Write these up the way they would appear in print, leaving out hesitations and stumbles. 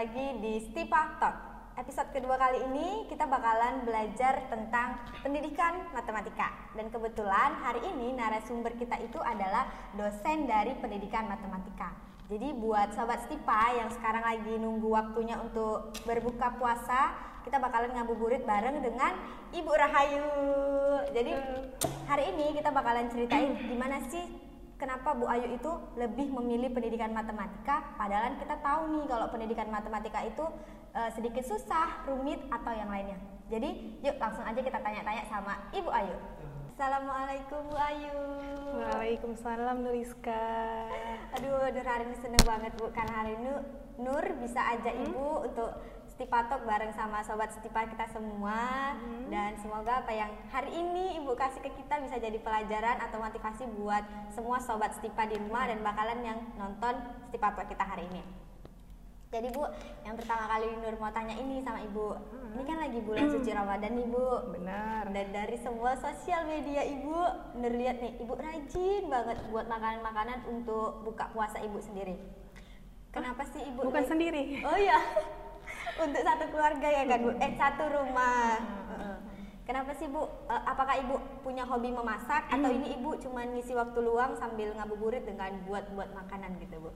lagi di Stipa Talk. Episode kedua kali ini kita bakalan belajar tentang pendidikan matematika. Dan kebetulan hari ini narasumber kita itu adalah dosen dari pendidikan matematika. Jadi buat sobat Stipa yang sekarang lagi nunggu waktunya untuk berbuka puasa, kita bakalan ngabuburit bareng dengan Ibu Rahayu. Jadi hari ini kita bakalan ceritain gimana sih kenapa Bu Ayu itu lebih memilih pendidikan matematika, padahal kita tahu nih kalau pendidikan matematika itu sedikit susah, rumit, atau yang lainnya. Jadi yuk langsung aja kita tanya-tanya sama Ibu Ayu. Assalamualaikum Bu Ayu. Waalaikumsalam Nuriska. Aduh, Nur hari ini seneng banget Bu, karena hari ini Nur bisa ajak Ibu untuk Stipa Talk bareng sama sobat Stipa kita semua. Dan semoga apa yang hari ini Ibu kasih ke kita bisa jadi pelajaran atau motivasi buat semua sobat Stipa di rumah dan bakalan yang nonton Stipa Talk kita hari ini. Jadi Bu, yang pertama kali Nur mau tanya ini sama Ibu, ini kan lagi bulan suci Ramadan nih Bu. Benar. Dan dari semua sosial media Ibu, Nur lihat nih Ibu rajin banget buat makanan-makanan untuk buka puasa Ibu sendiri. Kenapa sih Ibu? Bukan sendiri. Oh iya. Untuk satu keluarga ya kan Bu? Satu rumah. Kenapa sih Bu? Apakah Ibu punya hobi memasak atau ini Ibu cuma ngisi waktu luang sambil ngabuburit dengan buat makanan gitu Bu?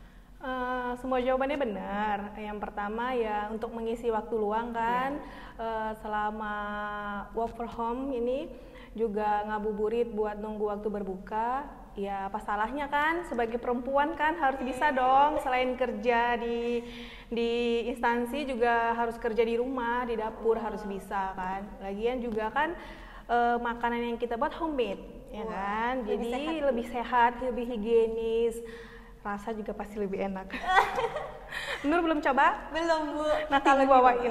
Semua jawabannya benar. Yang pertama ya untuk mengisi waktu luang kan, selama work from home ini juga ngabuburit buat nunggu waktu berbuka. Ya apa salahnya kan, sebagai perempuan kan harus bisa dong, selain kerja di instansi juga harus kerja di rumah, di dapur harus bisa kan. Lagian juga kan makanan yang kita buat homemade ya kan, jadi lebih sehat, lebih higienis, rasa juga pasti lebih enak. Nur belum coba? Belum Bu. Nanti Ibu bawain.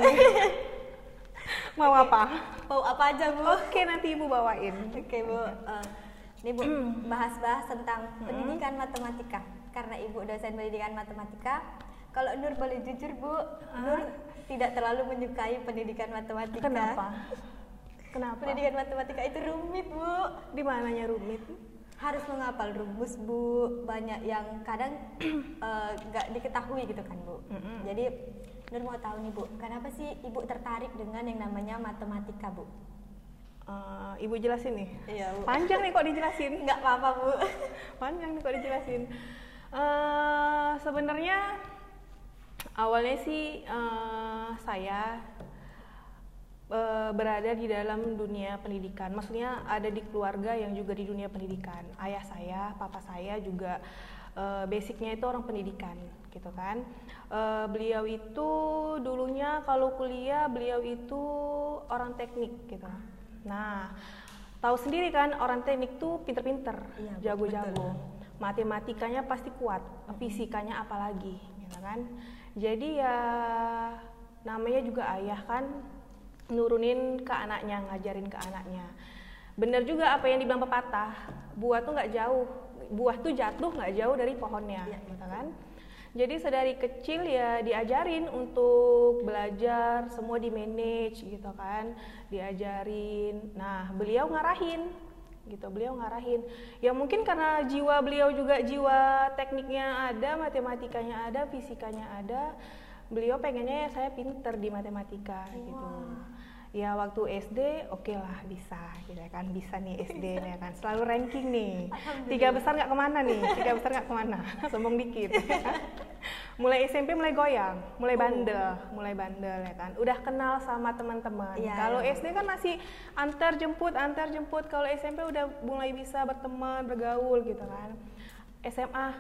Mau apa? Mau apa aja Bu? Oke, nanti Ibu bawain. Oke Bu. Ini Bu, bahas-bahas tentang pendidikan matematika. Karena Ibu dosen pendidikan matematika, kalau Nur boleh jujur Bu, Nur tidak terlalu menyukai pendidikan matematika. Kenapa? Pendidikan matematika itu rumit Bu. Di mananya rumit? Harus menghafal rumus Bu, banyak yang kadang nggak diketahui gitu kan Bu. Jadi Nur mau tahu nih Bu, kenapa sih Ibu tertarik dengan yang namanya matematika Bu? Ibu jelasin nih. Iya Bu. Panjang nih kok dijelasin. Nggak apa-apa Bu. Panjang nih kok dijelasin. Sebenarnya awalnya sih saya berada di dalam dunia pendidikan. Maksudnya ada di keluarga yang juga di dunia pendidikan. Ayah saya, papa saya juga basicnya itu orang pendidikan, gitu kan. Beliau itu dulunya kalau kuliah beliau itu orang teknik, gitu. Nah, tahu sendiri kan orang teknik tuh pinter-pinter, jago-jago. Matematikanya pasti kuat, fisikanya apalagi, gitu kan. Jadi ya namanya juga ayah kan, nurunin ke anaknya, ngajarin ke anaknya. Bener juga apa yang dibilang pepatah, buah tuh nggak jauh, buah tuh jatuh nggak jauh dari pohonnya, gitu kan. Jadi sedari kecil ya diajarin untuk belajar, semua di manage gitu kan, diajarin. Nah beliau ngarahin, gitu, beliau ngarahin. Ya mungkin karena jiwa beliau juga jiwa tekniknya ada, matematikanya ada, fisikanya ada. Beliau pengennya ya saya pinter di matematika gitu. Ya waktu SD oke lah bisa gitu kan, bisa nih SD ya kan, selalu ranking nih, 3 besar nggak kemana nih, 3 besar nggak kemana, sombong dikit. Mulai SMP mulai goyang, mulai bandel ya kan, udah kenal sama teman-teman. Kalau SD kan masih antar jemput, kalau SMP udah mulai bisa berteman, bergaul gitu kan. SMA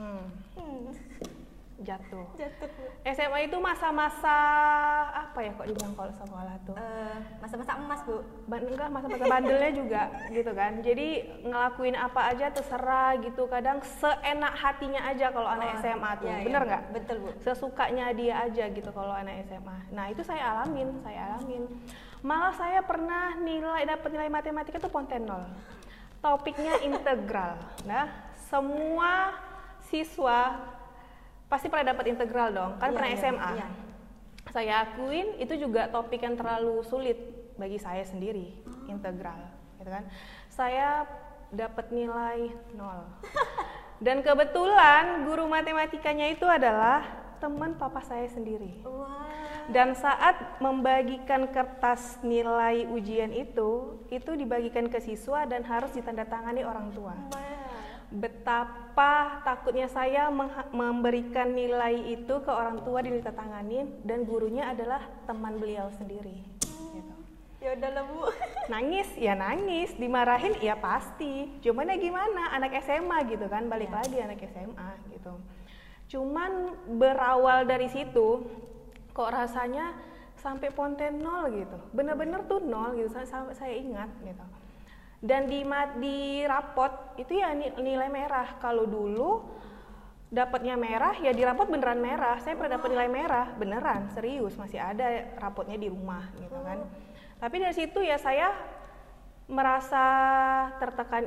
jatuh. SMA itu masa-masa apa ya kok dibilang kalau sekolah tuh? Masa-masa emas Bu. Enggak, masa-masa bandelnya juga gitu kan. Jadi ngelakuin apa aja terserah gitu. Kadang seenak hatinya aja kalau anak SMA tuh. Bener nggak? Betul Bu. Sesukanya dia aja gitu kalau anak SMA. Nah itu saya alamin. Malah saya pernah dapat nilai matematika tuh pontenol. Topiknya integral. Nah semua siswa pasti pernah dapat integral dong, kan pernah SMA. Saya akuin itu juga topik yang terlalu sulit bagi saya sendiri, integral, gitu kan. Saya dapat nilai 0. Dan kebetulan guru matematikanya itu adalah teman papa saya sendiri. Wah. Dan saat membagikan kertas nilai ujian itu dibagikan ke siswa dan harus ditandatangani orang tua. Betapa takutnya saya memberikan nilai itu ke orang tua ditandatangani, dan gurunya adalah teman beliau sendiri. Gitu. Ya udahlah Bu. Nangis ya nangis, dimarahin ya pasti. Cuman ya gimana, anak SMA gitu kan, balik lagi anak SMA gitu. Cuman berawal dari situ, kok rasanya sampai ponten 0 gitu, bener-bener tuh 0 gitu, sampai saya ingat gitu. Dan di rapot itu ya nilai merah. Kalau dulu dapatnya merah ya di rapot beneran merah. Saya pernah dapat nilai merah beneran, serius, masih ada rapotnya di rumah gitu kan. Tapi dari situ ya saya merasa tertekan,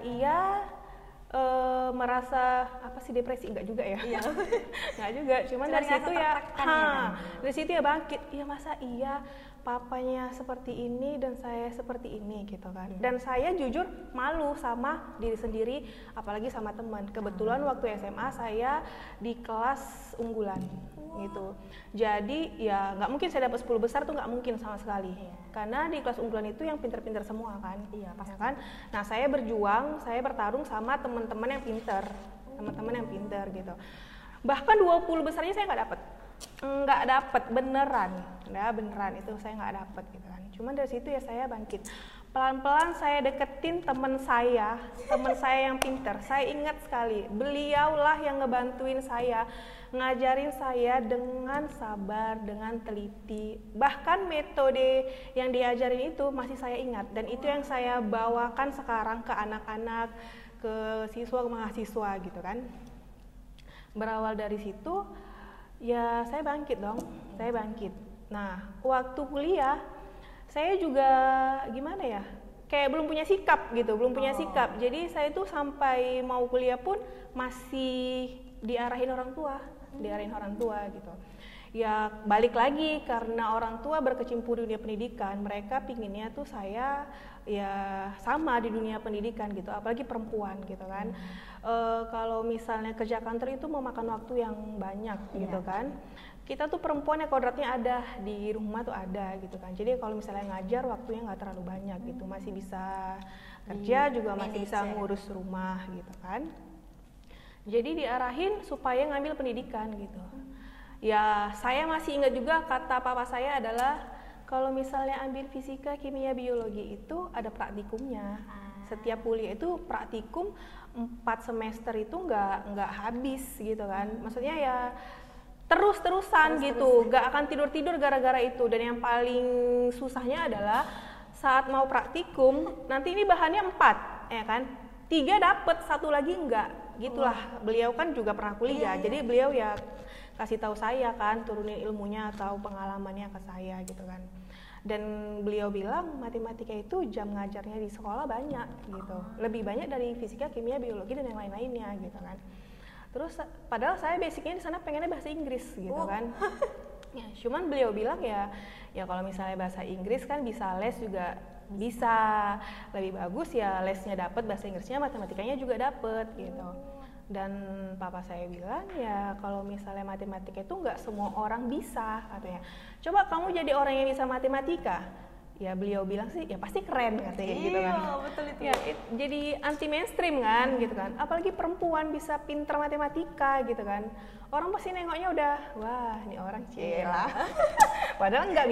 merasa apa sih, depresi enggak juga ya? Iya. Enggak juga, cuman dari situ ya, dari situ ya bangkit. Iya, masa iya papanya seperti ini dan saya seperti ini gitu kan. Dan saya jujur malu sama diri sendiri, apalagi sama teman. Kebetulan waktu SMA saya di kelas unggulan gitu. Jadi ya nggak mungkin saya dapat 10 besar tuh, nggak mungkin sama sekali. Karena di kelas unggulan itu yang pinter-pinter semua kan. Iya, pasti kan. Nah, saya berjuang, saya bertarung sama teman-teman yang pinter, teman-teman yang pinter gitu. Bahkan 20 besarnya saya nggak dapet beneran itu saya nggak dapet gitu kan. Cuman dari situ ya saya bangkit, pelan-pelan saya deketin teman saya yang pinter. Saya ingat sekali, beliaulah yang ngebantuin saya, ngajarin saya dengan sabar, dengan teliti. Bahkan metode yang diajarin itu masih saya ingat, dan itu yang saya bawakan sekarang ke anak-anak, ke siswa, ke mahasiswa gitu kan. Berawal dari situ ya saya bangkit dong, saya bangkit. Nah, waktu kuliah saya juga gimana ya, kayak belum punya sikap gitu, belum punya sikap. Jadi saya tuh sampai mau kuliah pun masih diarahin orang tua gitu. Ya balik lagi, karena orang tua berkecimpung di dunia pendidikan, mereka pinginnya tuh saya ya sama di dunia pendidikan gitu, apalagi perempuan gitu kan. Kalau misalnya kerja kantor itu memakan waktu yang banyak gitu kan. Kita tuh perempuan ya kodratnya ada, di rumah tuh ada gitu kan. Jadi kalau misalnya ngajar waktunya nggak terlalu banyak gitu, masih bisa kerja juga, masih bisa ngurus rumah gitu kan. Jadi diarahin supaya ngambil pendidikan gitu. Ya saya masih ingat juga kata papa saya adalah, kalau misalnya ambil fisika, kimia, biologi itu ada praktikumnya. Setiap kuliah itu praktikum 4 semester itu nggak habis gitu kan. Maksudnya ya terus-terusan gitu, nggak akan tidur-tidur gara-gara itu. Dan yang paling susahnya adalah saat mau praktikum, nanti ini bahannya 4 ya kan, 3 dapet, 1 lagi enggak. Gitulah, beliau kan juga pernah kuliah, jadi beliau ya kasih tahu saya kan, turunin ilmunya atau pengalamannya ke saya gitu kan. Dan beliau bilang matematika itu jam ngajarnya di sekolah banyak gitu, lebih banyak dari fisika, kimia, biologi dan yang lain-lainnya gitu kan. Terus padahal saya basicnya di sana pengennya bahasa Inggris gitu kan. Ya, cuman beliau bilang ya kalau misalnya bahasa Inggris kan bisa les juga, bisa lebih bagus ya lesnya dapat, bahasa Inggrisnya, matematikanya juga dapat gitu. Dan papa saya bilang ya kalau misalnya matematika itu nggak semua orang bisa katanya. Coba kamu jadi orang yang bisa matematika, ya beliau bilang sih ya pasti keren katanya gitu kan. Iya betul itu. Ya jadi anti mainstream kan gitu kan. Apalagi perempuan bisa pinter matematika gitu kan. Orang pasti nengoknya udah wah ini orang cila. Padahal nggak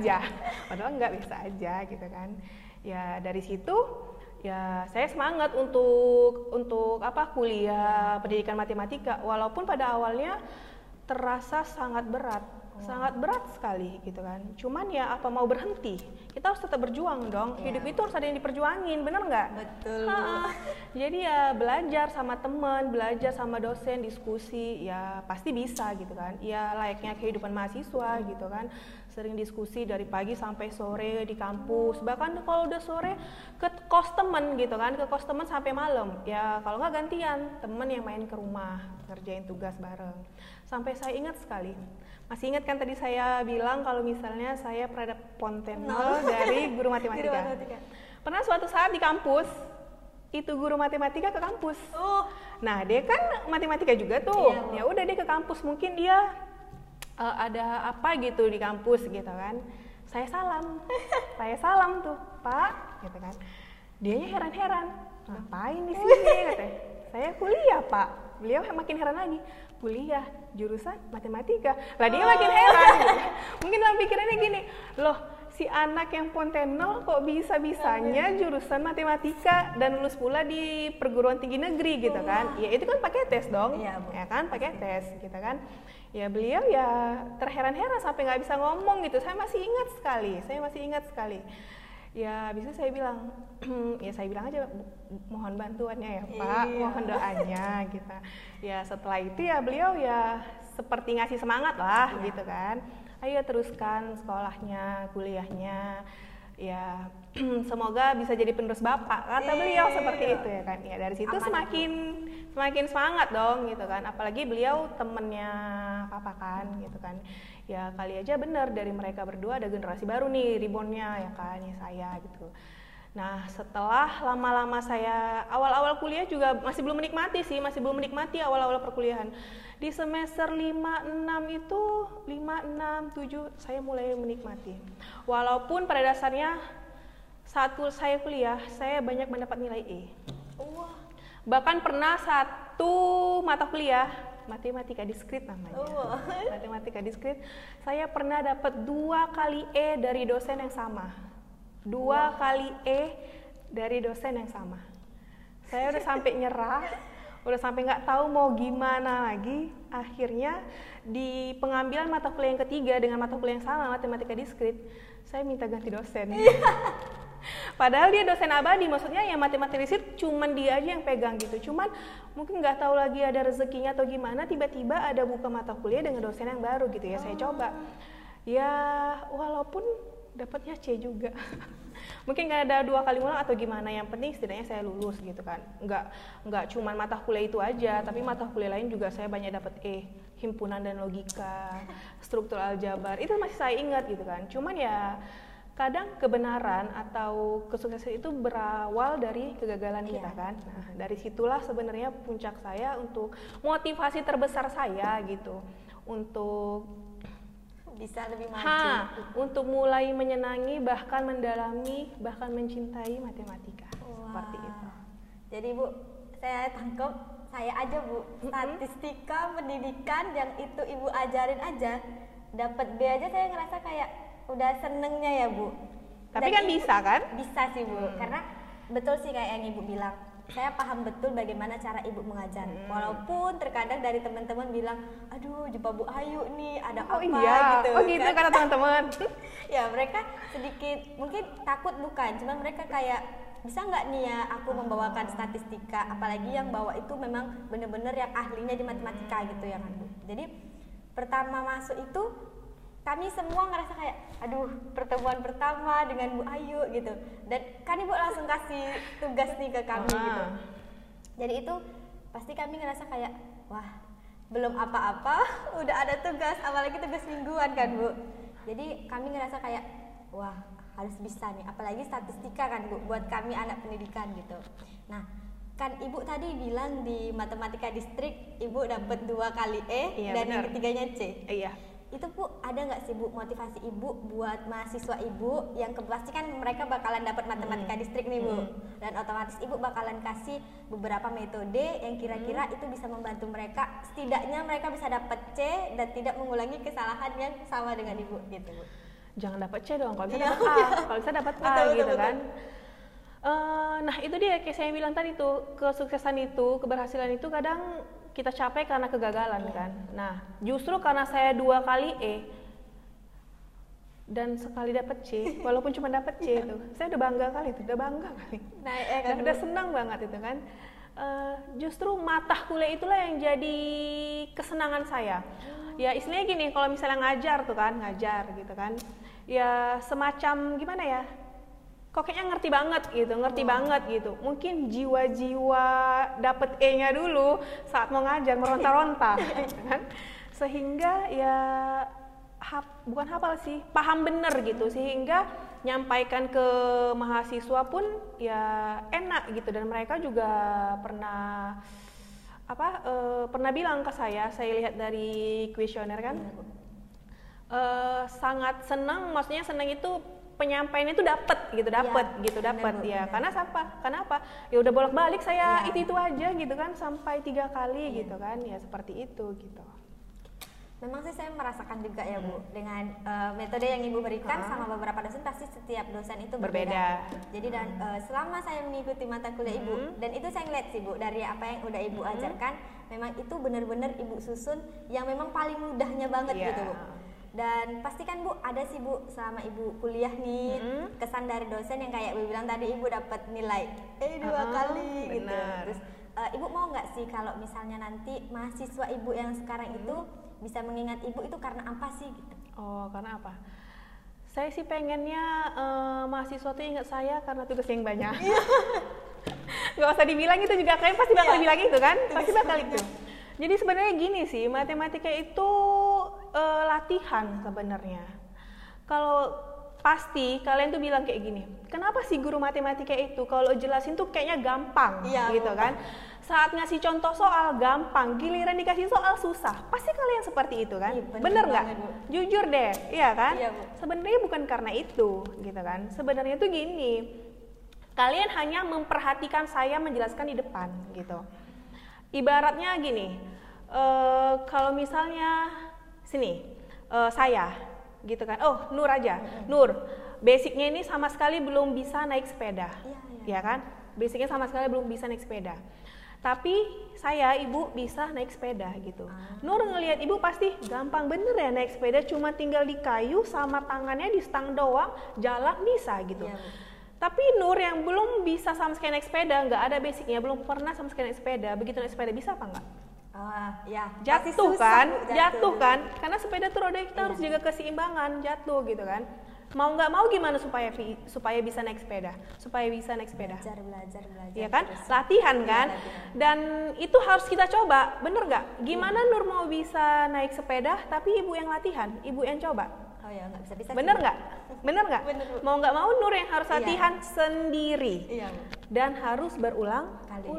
biasa aja gitu kan. Ya dari situ ya saya semangat untuk kuliah pendidikan matematika, walaupun pada awalnya terasa sangat berat sekali gitu kan. Cuman ya apa mau berhenti, kita harus tetap berjuang dong. Hidup itu harus ada yang diperjuangin, bener nggak? Betul. Jadi ya belajar sama teman, belajar sama dosen, diskusi, ya pasti bisa gitu kan. Ya layaknya kehidupan mahasiswa gitu kan. Sering diskusi dari pagi sampai sore di kampus, bahkan kalau udah sore ke kos temen gitu kan, ke kos temen sampai malam. Ya kalau nggak gantian, temen yang main ke rumah, ngerjain tugas bareng. Sampai saya ingat sekali, masih ingat kan tadi saya bilang kalau misalnya saya pernah ponten 0 dari guru matematika. Pernah suatu saat di kampus, itu guru matematika ke kampus. Nah dia kan matematika juga tuh, ya udah dia ke kampus, mungkin dia ada apa gitu di kampus gitu kan. Saya salam tuh, Pak, gitu kan. Dianya heran-heran, ngapain di sini katanya. Saya kuliah, Pak. Beliau makin heran lagi, kuliah jurusan matematika. Lah dia makin heran gitu. Mungkin dalam pikirannya gini, loh si anak yang pontenol kok bisa-bisanya jurusan matematika dan lulus pula di perguruan tinggi negeri gitu kan. Ya itu kan pakai tes dong, ya kan, pakai tes gitu kan. Ya beliau ya terheran-heran sampai nggak bisa ngomong gitu. Saya masih ingat sekali. Ya habis itu saya bilang, ya saya bilang aja mohon bantuannya ya Pak, mohon doanya gitu. Ya setelah itu ya beliau ya seperti ngasih semangat lah gitu kan. Ayo teruskan sekolahnya, kuliahnya, ya semoga bisa jadi penerus bapak, kata beliau seperti itu ya kan. Ya dari situ semakin semangat dong gitu kan. Apalagi beliau temennya papa kan gitu kan. Ya kali aja bener dari mereka berdua ada generasi baru nih reboundnya ya kan, ya saya gitu. Nah setelah lama-lama saya awal-awal kuliah juga masih belum menikmati awal-awal perkuliahan. Di semester 5, 6 itu 5, 6, 7 saya mulai menikmati. Walaupun pada dasarnya saat saya kuliah saya banyak mendapat nilai E. Bahkan pernah satu mata kuliah matematika diskrit namanya. Matematika diskrit saya pernah dapat 2 kali E dari dosen yang sama. 2 kali E dari dosen yang sama. Saya udah sampai nyerah, udah sampai nggak tahu mau gimana lagi. Akhirnya di pengambilan mata kuliah yang ketiga dengan mata kuliah yang sama matematika diskrit, saya minta ganti dosen. Padahal dia dosen abadi, maksudnya ya matematika diskrit cuman dia aja yang pegang gitu. Cuman mungkin nggak tahu lagi ada rezekinya atau gimana, tiba-tiba ada buka mata kuliah dengan dosen yang baru gitu ya. Saya coba. Ya walaupun dapatnya C juga. Mungkin nggak ada 2 kali ulang atau gimana, yang penting setidaknya saya lulus gitu kan. Nggak cuma mata kuliah itu aja, tapi mata kuliah lain juga saya banyak dapat E, himpunan dan logika, struktur aljabar, itu masih saya ingat gitu kan. Cuman ya kadang kebenaran atau kesuksesan itu berawal dari kegagalan kita kan. Nah dari situlah sebenarnya puncak saya untuk motivasi terbesar saya gitu untuk bisa lebih maju, untuk mulai menyenangi, bahkan mendalami, bahkan mencintai matematika. Seperti itu. Jadi Bu, saya tangkap, saya aja Bu, statistika pendidikan yang itu Ibu ajarin aja, dapat B aja saya ngerasa kayak udah senengnya ya Bu. Tapi kan bisa kan? Bisa sih Bu, karena betul sih kayak yang Ibu bilang. Saya paham betul bagaimana cara Ibu mengajar. Walaupun terkadang dari teman-teman bilang, aduh jumpa Bu Ayu nih ada apa gitu. Oh gitu kata teman-teman. Ya mereka sedikit mungkin takut bukan, cuma mereka kayak bisa nggak nih ya aku membawakan statistika, apalagi yang bawa itu memang benar-benar yang ahlinya di matematika gitu ya kan Bu. Jadi pertama masuk itu kami semua ngerasa kayak aduh pertemuan pertama dengan Bu Ayu gitu, dan kan Ibu langsung kasih tugas nih ke kami gitu. Jadi itu pasti kami ngerasa kayak wah belum apa-apa udah ada tugas, apalagi tugas mingguan kan Bu. Jadi kami ngerasa kayak wah harus bisa nih, apalagi statistika kan Bu buat kami anak pendidikan gitu. Nah kan Ibu tadi bilang di matematika distrik Ibu dapat 2 kali E dan yang ketiganya C. Iya. Itu Bu ada nggak sih Bu motivasi Ibu buat mahasiswa Ibu yang pasti kan mereka bakalan dapat matematika distrik nih Bu, dan otomatis Ibu bakalan kasih beberapa metode yang kira-kira itu bisa membantu mereka, setidaknya mereka bisa dapat C dan tidak mengulangi kesalahan yang sama dengan Ibu gitu Bu. Jangan dapat C dong, kalau bisa dapat A, kalau bisa dapat A gitu kan. Nah itu dia kayak saya bilang tadi tuh, kesuksesan itu, keberhasilan itu kadang kita capai karena kegagalan kan. Nah justru karena saya 2 kali E dan sekali dapat C, walaupun cuma dapat C itu, saya udah bangga kali. Nah, udah senang banget itu kan. Justru mata kuliah itulah yang jadi kesenangan saya. Ya istilahnya gini, kalau misalnya ngajar gitu kan, ya semacam gimana ya, kok kayaknya ngerti banget gitu. Mungkin jiwa-jiwa dapet E-nya dulu saat mau ngajar meronta-ronta, kan? Sehingga ya bukan hafal sih, paham bener gitu, sehingga nyampaikan ke mahasiswa pun ya enak gitu. Dan mereka juga pernah bilang ke saya lihat dari kuesioner kan, Sangat senang, maksudnya senang itu penyampaian itu dapat ya. Karena kenapa? Ya udah bolak-balik saya itu aja gitu kan sampai 3 kali gitu kan, ya seperti itu gitu. Memang sih saya merasakan juga ya Bu, dengan metode yang Ibu berikan sama beberapa dosen, pasti setiap dosen itu berbeda. Jadi selama saya mengikuti mata kuliah Ibu, dan itu saya ngeliat sih Bu, dari apa yang udah Ibu ajarkan, memang itu benar-benar Ibu susun yang memang paling mudahnya banget gitu Bu. Dan pastikan Bu, ada sih Bu selama Ibu kuliah nih, kesan dari dosen yang kayak Ibu bilang tadi, Ibu dapat nilai 2 kali gitu. Terus Ibu mau nggak sih kalau misalnya nanti mahasiswa Ibu yang sekarang itu bisa mengingat Ibu itu karena apa sih gitu? Oh, karena apa? Saya sih pengennya mahasiswa tuh ingat saya karena tugas yang banyak. Gak usah dibilang itu juga, kalian pasti bakal bilang itu kan? Pasti bakal itu. Jadi sebenarnya gini sih, matematika itu latihan sebenarnya. Kalau pasti kalian tuh bilang kayak gini, kenapa sih guru matematika itu kalau jelasin tuh kayaknya gampang gitu kan? Saat ngasih contoh soal gampang, giliran dikasih soal susah. Pasti kalian seperti itu kan? Bener nggak? Jujur deh, iya kan? Sebenarnya bukan karena itu, gitu kan? Sebenarnya tuh gini, kalian hanya memperhatikan saya menjelaskan di depan, gitu. Ibaratnya gini, kalau misalnya sini, saya, gitu kan? Oh, Nur aja, Nur. Basicnya ini sama sekali belum bisa naik sepeda, ya kan? Basicnya sama sekali belum bisa naik sepeda. Tapi saya, Ibu bisa naik sepeda gitu. Nur ngelihat Ibu pasti gampang bener ya naik sepeda, cuma tinggal di kayu sama tangannya di stang doang, jalan bisa gitu. Tapi Nur yang belum bisa sama sekali naik sepeda, nggak ada basicnya, belum pernah sama sekali naik sepeda, begitu naik sepeda bisa apa nggak? Jatuh kan? Jatuh kan? Karena sepeda tuh roda kita harus jaga keseimbangan, jatuh gitu kan. Mau nggak mau gimana supaya bisa naik sepeda, belajar, ya kan, latihan kan, dan itu harus kita coba, bener nggak? Gimana Nur mau bisa naik sepeda tapi Ibu yang latihan, Ibu yang coba? Nggak bisa. Bener nggak? Mau nggak mau Nur yang harus latihan sendiri, dan harus berulang,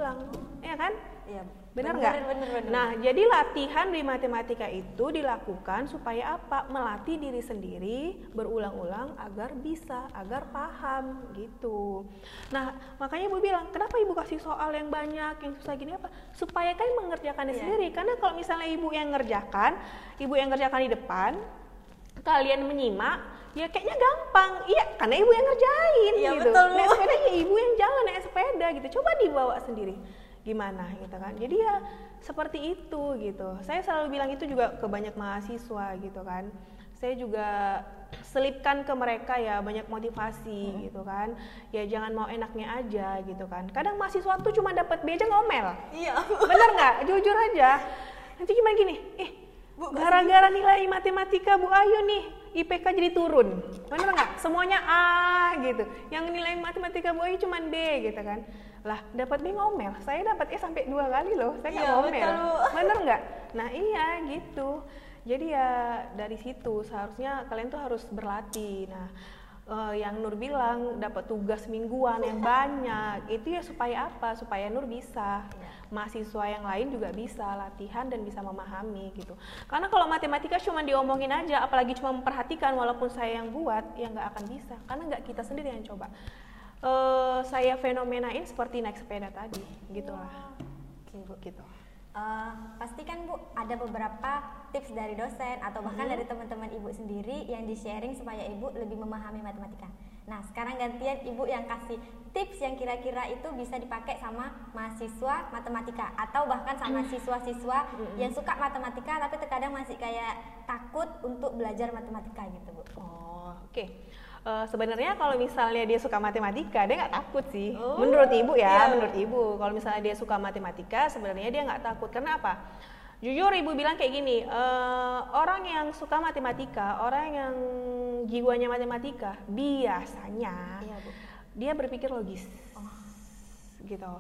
ya kan? Bener nggak? Nah, jadi latihan di matematika itu dilakukan supaya apa? Melatih diri sendiri berulang-ulang agar bisa, agar paham gitu. Nah, makanya Ibu bilang, kenapa Ibu kasih soal yang banyak, yang susah gini apa? Supaya kan mengerjakannya sendiri. Karena kalau misalnya Ibu yang ngerjakan di depan, kalian menyimak, ya kayaknya gampang. Iya, karena Ibu yang ngerjain gitu. Naik sepeda ya Ibu yang jalan naik sepeda gitu. Coba dibawa sendiri. Gimana gitu kan, jadi ya seperti itu gitu. Saya selalu bilang itu juga ke banyak mahasiswa gitu kan, saya juga selipkan ke mereka ya banyak motivasi gitu kan, ya jangan mau enaknya aja gitu kan. Kadang mahasiswa tuh cuma dapat B aja ngomel, bener nggak? Jujur aja, nanti gimana gini, gara-gara nilai matematika Bu Ayu nih IPK jadi turun, bener nggak? Semuanya A gitu, yang nilai matematika Bu Ayu cuma B gitu kan. Lah dapat B ngomel, saya dapat E sampai 2 kali loh, saya nggak ngomel, bener nggak? Nah iya gitu, jadi ya dari situ seharusnya kalian tuh harus berlatih. Nah yang Nur bilang dapat tugas mingguan yang banyak, itu ya supaya apa? Supaya Nur bisa, mahasiswa yang lain juga bisa latihan dan bisa memahami gitu. Karena kalau matematika cuma diomongin aja, apalagi cuma memperhatikan walaupun saya yang buat, ya nggak akan bisa, karena nggak kita sendiri yang coba. Saya fenomenain seperti naik sepeda tadi, gitulah. Gitu. Pastikan Bu ada beberapa tips dari dosen atau bahkan dari teman-teman Ibu sendiri yang di-sharing supaya Ibu lebih memahami matematika. Nah, sekarang gantian Ibu yang kasih tips yang kira-kira itu bisa dipakai sama mahasiswa matematika atau bahkan sama siswa-siswa yang suka matematika tapi terkadang masih kayak takut untuk belajar matematika gitu Bu. Oke. Sebenarnya kalau misalnya dia suka matematika, dia nggak takut sih. Menurut Ibu ya, menurut Ibu. Kalau misalnya dia suka matematika, sebenarnya dia nggak takut. Karena apa? Jujur Ibu bilang kayak gini, orang yang suka matematika, orang yang jiwanya matematika, biasanya dia berpikir logis. Gitu.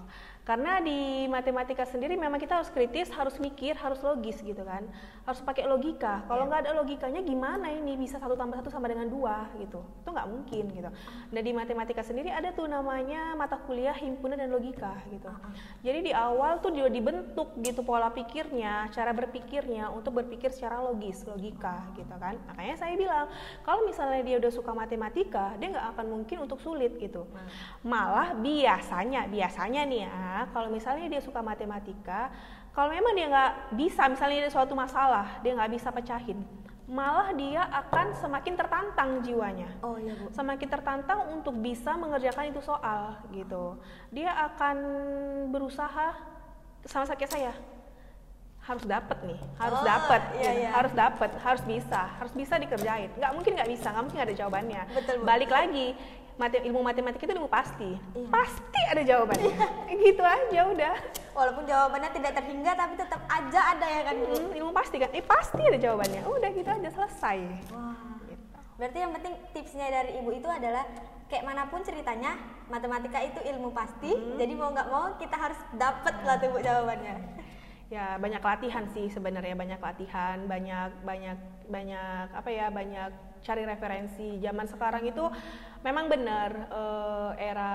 Karena di matematika sendiri memang kita harus kritis, harus mikir, harus logis gitu kan. Harus pakai logika. Kalau nggak ada logikanya gimana ini bisa 1 tambah 1 sama dengan 2 gitu. Itu nggak mungkin gitu. Nah di matematika sendiri ada tuh namanya mata kuliah himpunan dan logika gitu. Jadi di awal tuh dia dibentuk gitu pola pikirnya, cara berpikirnya untuk berpikir secara logis, logika gitu kan. Makanya saya bilang kalau misalnya dia udah suka matematika, dia nggak akan mungkin untuk sulit gitu. Malah biasanya nih ya, kalau misalnya dia suka matematika, kalau memang dia nggak bisa, misalnya ada suatu masalah, dia nggak bisa pecahin, malah dia akan semakin tertantang jiwanya. Oh iya Bu. Semakin tertantang untuk bisa mengerjakan itu soal gitu. Dia akan berusaha sama kayak saya. Harus dapat nih, harus dapat, harus bisa dikerjain. Nggak mungkin nggak bisa, nggak mungkin ada jawabannya. Betul, Bu. Balik lagi, ilmu matematika itu ilmu pasti, pasti ada jawabannya. Gitu aja udah. Walaupun jawabannya tidak terhingga, tapi tetap aja ada ya kan Bu. Ilmu pasti kan, pasti ada jawabannya. Udah gitu aja selesai. Wah. Gitu. Berarti yang penting tipsnya dari Ibu itu adalah kayak manapun ceritanya, matematika itu ilmu pasti. Jadi mau nggak mau kita harus dapat lah tuh Bu jawabannya. Ya banyak latihan sih sebenarnya, banyak latihan, banyak cari referensi. Zaman sekarang itu memang benar era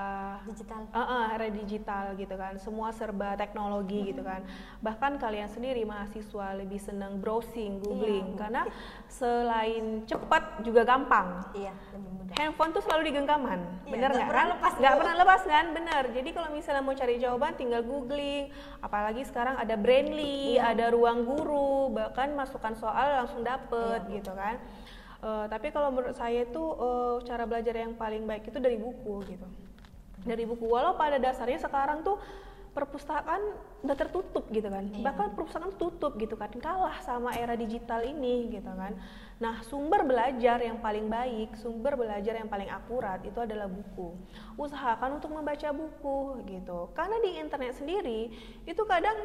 digital gitu kan, semua serba teknologi gitu kan. Bahkan kalian sendiri mahasiswa lebih senang browsing, googling, karena selain cepat juga gampang. Iya, lebih mudah. Handphone tuh selalu di genggaman, bener nggak kan? Nggak Pernah lepas kan, bener. Jadi kalau misalnya mau cari jawaban tinggal googling, apalagi sekarang ada Brainly, ada Ruang Guru, bahkan masukkan soal langsung dapet gitu kan. Tapi kalau menurut saya itu cara belajar yang paling baik itu dari buku gitu. Dari buku, walau pada dasarnya sekarang tuh perpustakaan udah tertutup gitu kan. Bahkan perpustakaan tutup gitu kan, kalah sama era digital ini gitu kan. Nah, sumber belajar yang paling baik, sumber belajar yang paling akurat itu adalah buku. Usahakan untuk membaca buku gitu. Karena di internet sendiri itu kadang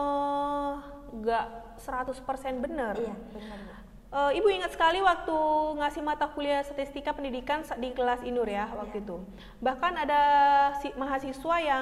nggak 100% benar. Iya, benar. Ibu ingat sekali waktu ngasih mata kuliah statistika pendidikan di kelas Inur ya waktu itu. Bahkan ada mahasiswa yang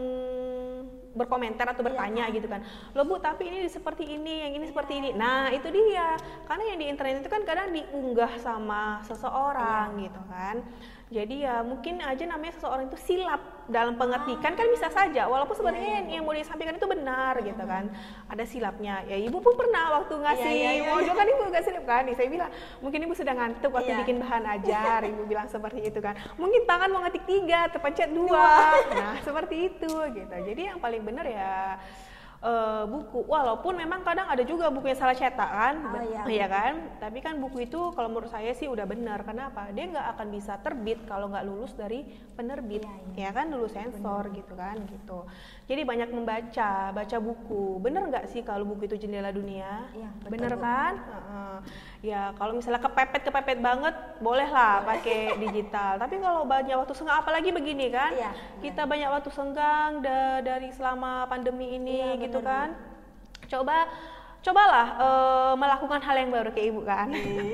berkomentar atau bertanya gitu kan, loh Bu tapi ini seperti ini, yang ini seperti ini. Nah itu dia, karena yang di internet itu kan kadang diunggah sama seseorang gitu kan. Jadi ya mungkin aja namanya seseorang itu silap dalam pengertian, kan bisa saja walaupun sebenarnya yang mau disampaikan itu benar gitu kan, ada silapnya. Ya Ibu pun pernah waktu ngasih modul kan Ibu gak silap kan, saya bilang mungkin Ibu sudah ngantuk waktu bikin bahan ajar, Ibu bilang seperti itu kan, mungkin tangan mau ngetik 3 terpencet 2. Nah seperti itu gitu. Jadi yang paling benar ya buku, walaupun memang kadang ada juga buku yang salah cetak kan, iya kan. Tapi kan buku itu kalau menurut saya sih udah benar. Kenapa? Dia nggak akan bisa terbit kalau nggak lulus dari penerbit, ya kan, lulus sensor gitu kan, gitu. Jadi banyak baca buku. Bener nggak sih kalau buku itu jendela dunia? Ya, bener kan? Ya kalau misalnya kepepet banget, bolehlah pakai digital. Tapi kalau banyak waktu senggang, apalagi begini kan, kita banyak waktu senggang dari selama pandemi ini gitu kan. Cobalah melakukan hal yang baru kayak Ibu kan.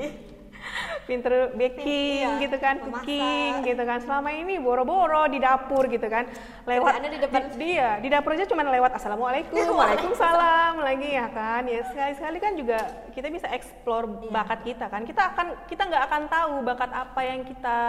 Pinter baking gitu kan, cooking gitu kan. Selama ini boro-boro di dapur gitu kan. Lewat di dapur aja cuma lewat assalamualaikum, waalaikumsalam lagi ya kan. Ya sekali-sekali kan juga kita bisa explore bakat kita kan. Kita nggak akan tahu bakat apa yang kita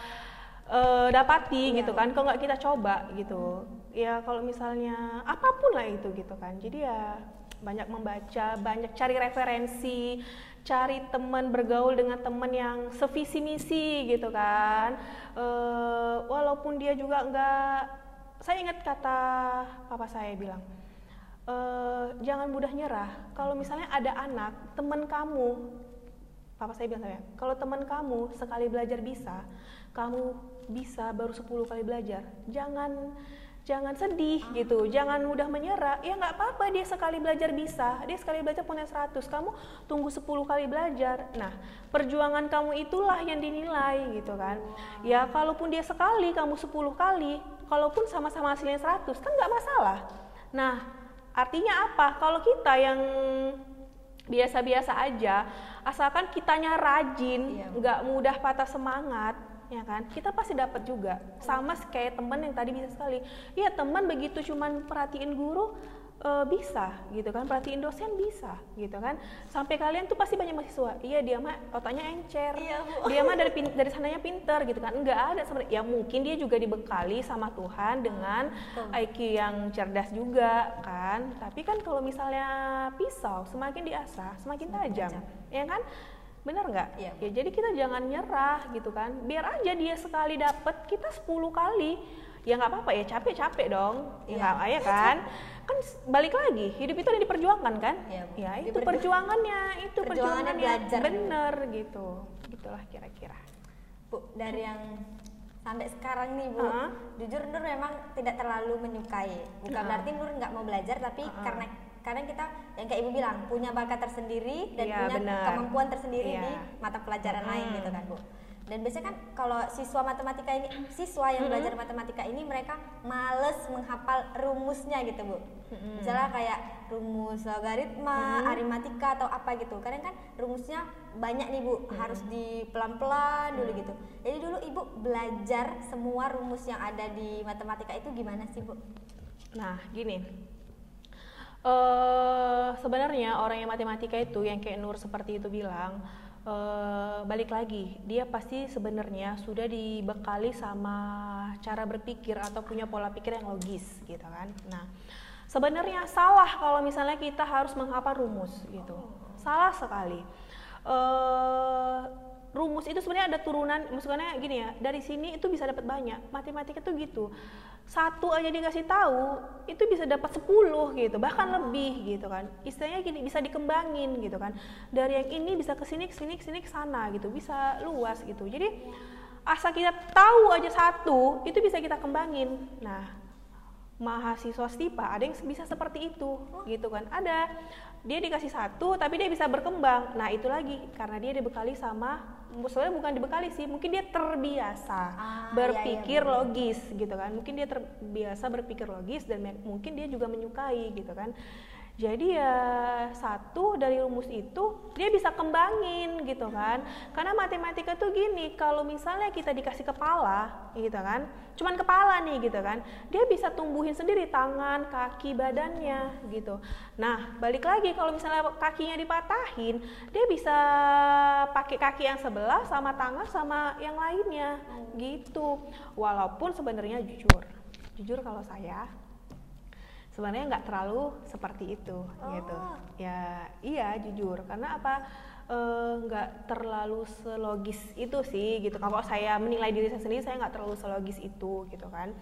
dapati gitu kan kalau nggak kita coba gitu. Ya kalau misalnya apapun lah itu gitu kan. Jadi ya banyak membaca, banyak cari referensi, cari teman, bergaul dengan teman yang sevisi misi gitu kan. Walaupun dia juga nggak, saya ingat kata papa saya bilang, jangan mudah nyerah. Kalau misalnya ada anak teman kamu, papa saya bilang saya, kalau teman kamu sekali belajar bisa, kamu bisa baru 10 kali belajar. Jangan sedih gitu, jangan mudah menyerah. Ya nggak apa-apa, dia sekali belajar bisa, dia sekali belajar punya 100, kamu tunggu 10 kali belajar. Nah, perjuangan kamu itulah yang dinilai gitu kan. Ya kalaupun dia sekali, kamu 10 kali, kalaupun sama-sama hasilnya 100 kan nggak masalah. Nah, artinya apa? Kalau kita yang biasa-biasa aja, asalkan kitanya rajin, nggak mudah patah semangat, ya kan? Kita pasti dapat juga. Sama kayak teman yang tadi bisa sekali. Iya, teman begitu cuman perhatiin guru bisa gitu kan, perhatiin dosen bisa gitu kan. Sampai kalian tuh pasti banyak mahasiswa, iya dia mah otaknya encer, Iya, Bu. dia mah dari sananya pinter gitu kan. Enggak ada sebenarnya. Ya mungkin dia juga dibekali sama Tuhan dengan IQ yang cerdas juga kan. Tapi kan kalau misalnya pisau semakin diasah semakin tajam, ya kan? Bener nggak? Iya. Ya jadi kita jangan nyerah gitu kan. Biar aja dia sekali dapet, kita 10 kali. Ya nggak apa-apa ya, capek-capek dong. Ya nggak, ya kan? Kan balik lagi, hidup itu udah diperjuangkan kan? Iya, Bu. Ya itu perjuangannya, Perjuangannya belajar. bener gitu. Gitulah kira-kira. Bu, dari yang sampai sekarang nih Bu, jujur Nur memang tidak terlalu menyukai. Bukan berarti Nur nggak mau belajar, tapi karena kita yang kayak Ibu bilang punya bakat tersendiri dan Iya, punya benar. kemampuan tersendiri Iya. di mata pelajaran lain gitu kan Bu. Dan biasanya kan kalau siswa yang belajar matematika ini mereka males menghafal rumusnya gitu Bu. Misalnya kayak rumus logaritma, aritmatika atau apa gitu. Kadang kan rumusnya banyak nih Bu, harus di pelan-pelan dulu gitu. Jadi dulu Ibu belajar semua rumus yang ada di matematika itu gimana sih Bu? Nah gini, sebenarnya orang yang matematika itu yang kayak Nur seperti itu bilang, balik lagi, dia pasti sebenarnya sudah dibekali sama cara berpikir atau punya pola pikir yang logis gitu kan. Nah, sebenarnya salah kalau misalnya kita harus menghafal rumus gitu. Salah sekali. Rumus itu sebenarnya ada turunan, maksudnya gini ya, dari sini itu bisa dapat banyak. Matematika tuh gitu. Satu aja dikasih tahu, itu bisa dapat 10 gitu, bahkan lebih gitu kan. Istilahnya gini, bisa dikembangin gitu kan. Dari yang ini bisa ke sini, ke sana gitu, bisa luas gitu. Jadi asal kita tahu aja satu, itu bisa kita kembangin. Nah, mahasiswa STIPA ada yang bisa seperti itu gitu kan. Ada, dia dikasih satu tapi dia bisa berkembang. Nah itu lagi karena dia dibekali sama, sebenarnya bukan dibekali sih, mungkin dia terbiasa berpikir logis gitu kan. Mungkin dia terbiasa berpikir logis dan mungkin dia juga menyukai gitu kan. Jadi ya satu dari rumus itu dia bisa kembangin gitu kan. Karena matematika tuh gini, kalau misalnya kita dikasih kepala gitu kan, cuman kepala nih gitu kan, dia bisa tumbuhin sendiri tangan, kaki, badannya gitu. Nah balik lagi kalau misalnya kakinya dipatahin, dia bisa pakai kaki yang sebelah sama tangan sama yang lainnya gitu. Walaupun sebenarnya jujur kalau saya sebenarnya nggak terlalu seperti itu gitu. Ya iya jujur, karena apa, nggak terlalu selogis itu sih gitu. Kalau saya menilai diri saya sendiri, saya nggak terlalu selogis itu gitu kan.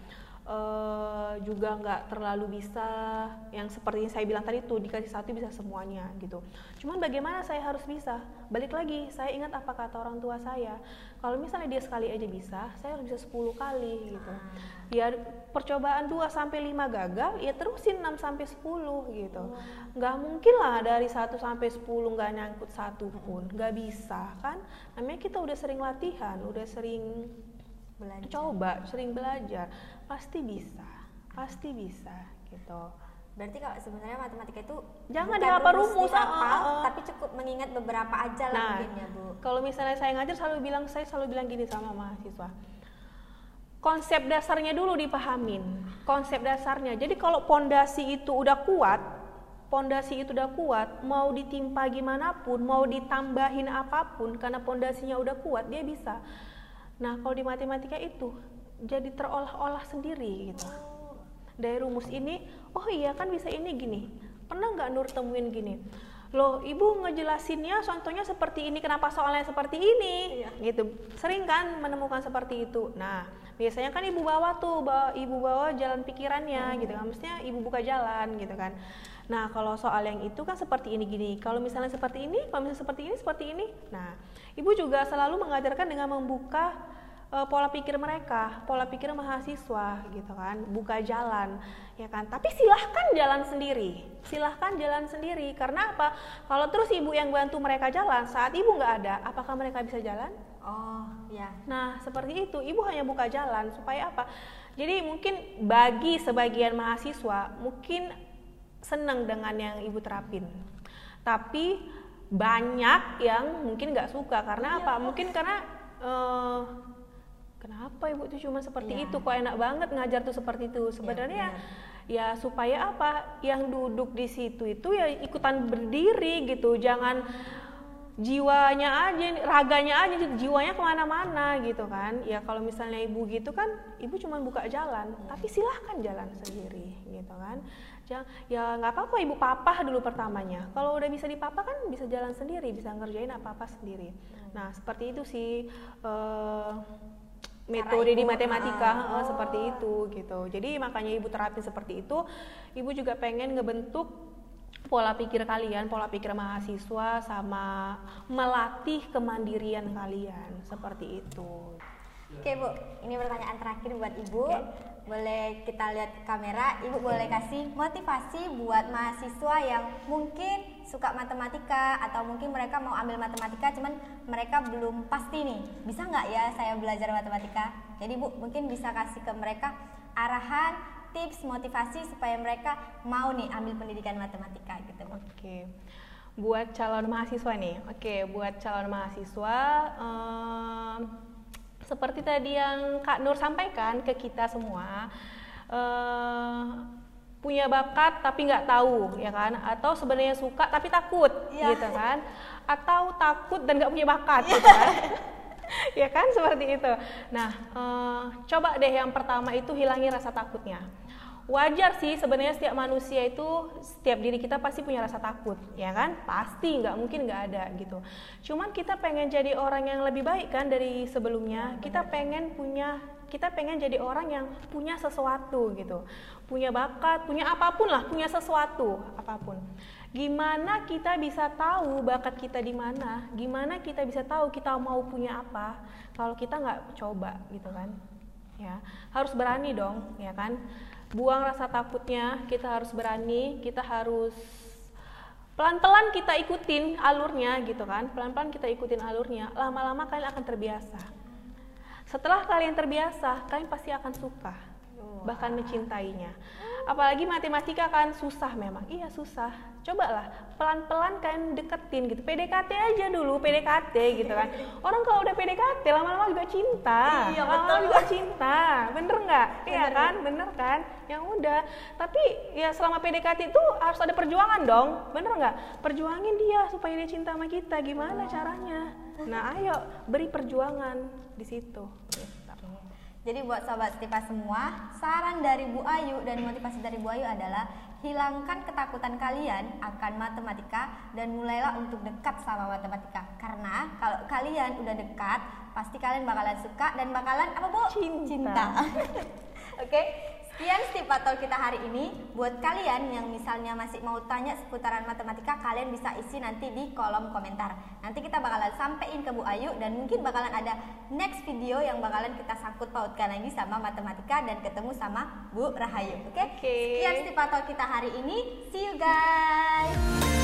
Juga nggak terlalu bisa yang seperti yang saya bilang tadi tuh, dikasih satu bisa semuanya gitu. Cuman bagaimana saya harus bisa? Balik lagi, saya ingat apa kata orang tua saya, kalau misalnya dia sekali aja bisa, saya harus bisa 10 kali gitu. Ya percobaan 2-5 gagal, ya terusin 6-10 gitu. Nggak mungkin lah dari 1-10 nggak nyangkut satu pun, nggak bisa kan. Namanya kita udah sering latihan, udah sering coba, sering belajar, pasti bisa gitu. Berarti kalau sebenarnya matematika itu jangan bukan dihafal rumus, tapi cukup mengingat beberapa aja lah mungkin ya Bu. Kalau misalnya saya ngajar saya selalu bilang gini sama mahasiswa, konsep dasarnya dulu dipahamin, konsep dasarnya. Jadi kalau pondasi itu udah kuat, mau ditimpa gimana pun, mau ditambahin apapun, karena pondasinya udah kuat, dia bisa. Nah kalau di matematika itu jadi terolah-olah sendiri gitu. Dari rumus ini, oh iya kan bisa ini gini. Pernah nggak Nur temuin gini? Loh ibu ngejelasinnya contohnya seperti ini, kenapa soalnya seperti ini? Gitu. Sering kan menemukan seperti itu. Nah biasanya kan ibu bawa jalan pikirannya gitu kan. Maksudnya ibu buka jalan gitu kan. Nah kalau soal yang itu kan seperti ini gini. Kalau misalnya seperti ini, kalau misalnya seperti ini. Nah ibu juga selalu mengajarkan dengan membuka pola pikir mereka, pola pikir mahasiswa gitu kan, buka jalan ya kan. Tapi silahkan jalan sendiri, karena apa? Kalau terus ibu yang bantu mereka jalan, saat ibu nggak ada, apakah mereka bisa jalan? Oh ya. Nah seperti itu, ibu hanya buka jalan supaya apa? Jadi mungkin bagi sebagian mahasiswa mungkin senang dengan yang ibu terapin, tapi banyak yang mungkin nggak suka karena apa? Mungkin karena kenapa ibu tuh cuma seperti Iya. itu, kok enak banget ngajar tuh seperti itu. Sebenarnya ya supaya apa, yang duduk di situ itu ya ikutan berdiri gitu, jangan jiwanya aja, raganya aja, jiwanya kemana-mana gitu kan. Ya kalau misalnya ibu gitu kan, ibu cuma buka jalan, tapi silahkan jalan sendiri gitu kan. Ya nggak apa-apa ibu papah dulu pertamanya, kalau udah bisa dipapah kan bisa jalan sendiri, bisa ngerjain apa-apa sendiri. Nah seperti itu sih metode di matematika seperti itu gitu. Jadi makanya ibu terapin seperti itu. Ibu juga pengen ngebentuk pola pikir kalian, pola pikir mahasiswa, sama melatih kemandirian kalian seperti itu. Oke Bu, ini pertanyaan terakhir buat Ibu. Boleh kita lihat ke kamera, Ibu boleh kasih motivasi buat mahasiswa yang mungkin suka matematika atau mungkin mereka mau ambil matematika cuman mereka belum pasti nih, bisa nggak ya saya belajar matematika? Jadi Bu mungkin bisa kasih ke mereka arahan, tips, motivasi supaya mereka mau nih ambil pendidikan matematika gitu. Oke. Buat calon mahasiswa nih. Oke, buat calon mahasiswa seperti tadi yang Kak Nur sampaikan ke kita semua, punya bakat tapi nggak tahu ya kan, atau sebenarnya suka tapi takut gitu kan, atau takut dan nggak punya bakat gitu kan. Ya kan seperti itu. Nah, coba deh yang pertama itu hilangi rasa takutnya. Wajar sih sebenarnya setiap manusia itu, setiap diri kita pasti punya rasa takut, ya kan? Pasti, nggak mungkin nggak ada gitu. Cuman kita pengen jadi orang yang lebih baik kan dari sebelumnya. Kita pengen jadi orang yang punya sesuatu gitu, punya bakat, punya apapun lah, punya sesuatu apapun. Gimana kita bisa tahu bakat kita di mana? Gimana kita bisa tahu kita mau punya apa kalau kita nggak coba gitu kan? Ya, harus berani dong, ya kan? Buang rasa takutnya, kita harus berani, kita harus pelan-pelan kita ikutin alurnya gitu kan, pelan-pelan kita ikutin alurnya, lama-lama kalian akan terbiasa. Setelah kalian terbiasa, kalian pasti akan suka, bahkan mencintainya. Apalagi matematika kan susah memang, iya susah. Cobalah pelan-pelan kalian deketin gitu, PDKT aja dulu, PDKT gitu kan. Orang kalau udah PDKT lama-lama juga cinta, lama-lama juga cinta, bener nggak? Iya kan, bener kan? Yang udah, tapi ya selama PDKT itu harus ada perjuangan dong, bener nggak? Perjuangin dia supaya dia cinta sama kita, gimana caranya? Nah ayo beri perjuangan di situ. Jadi buat sahabat Stiva semua, saran dari Bu Ayu dan motivasi dari Bu Ayu adalah hilangkan ketakutan kalian akan matematika dan mulailah untuk dekat sama matematika. Karena kalau kalian udah dekat, pasti kalian bakalan suka dan bakalan apa Bu? Cinta. Oke, sekian Stiva Talk kita hari ini. Buat kalian yang misalnya masih mau tanya seputaran matematika, kalian bisa isi nanti di kolom komentar. Nanti kita bakalan sampein ke Bu Ayu dan mungkin bakalan ada next video yang bakalan kita sangkut pautkan lagi sama matematika dan ketemu sama Bu Rahayu. Oke? Sekian Stiva Talk kita hari ini. See you guys.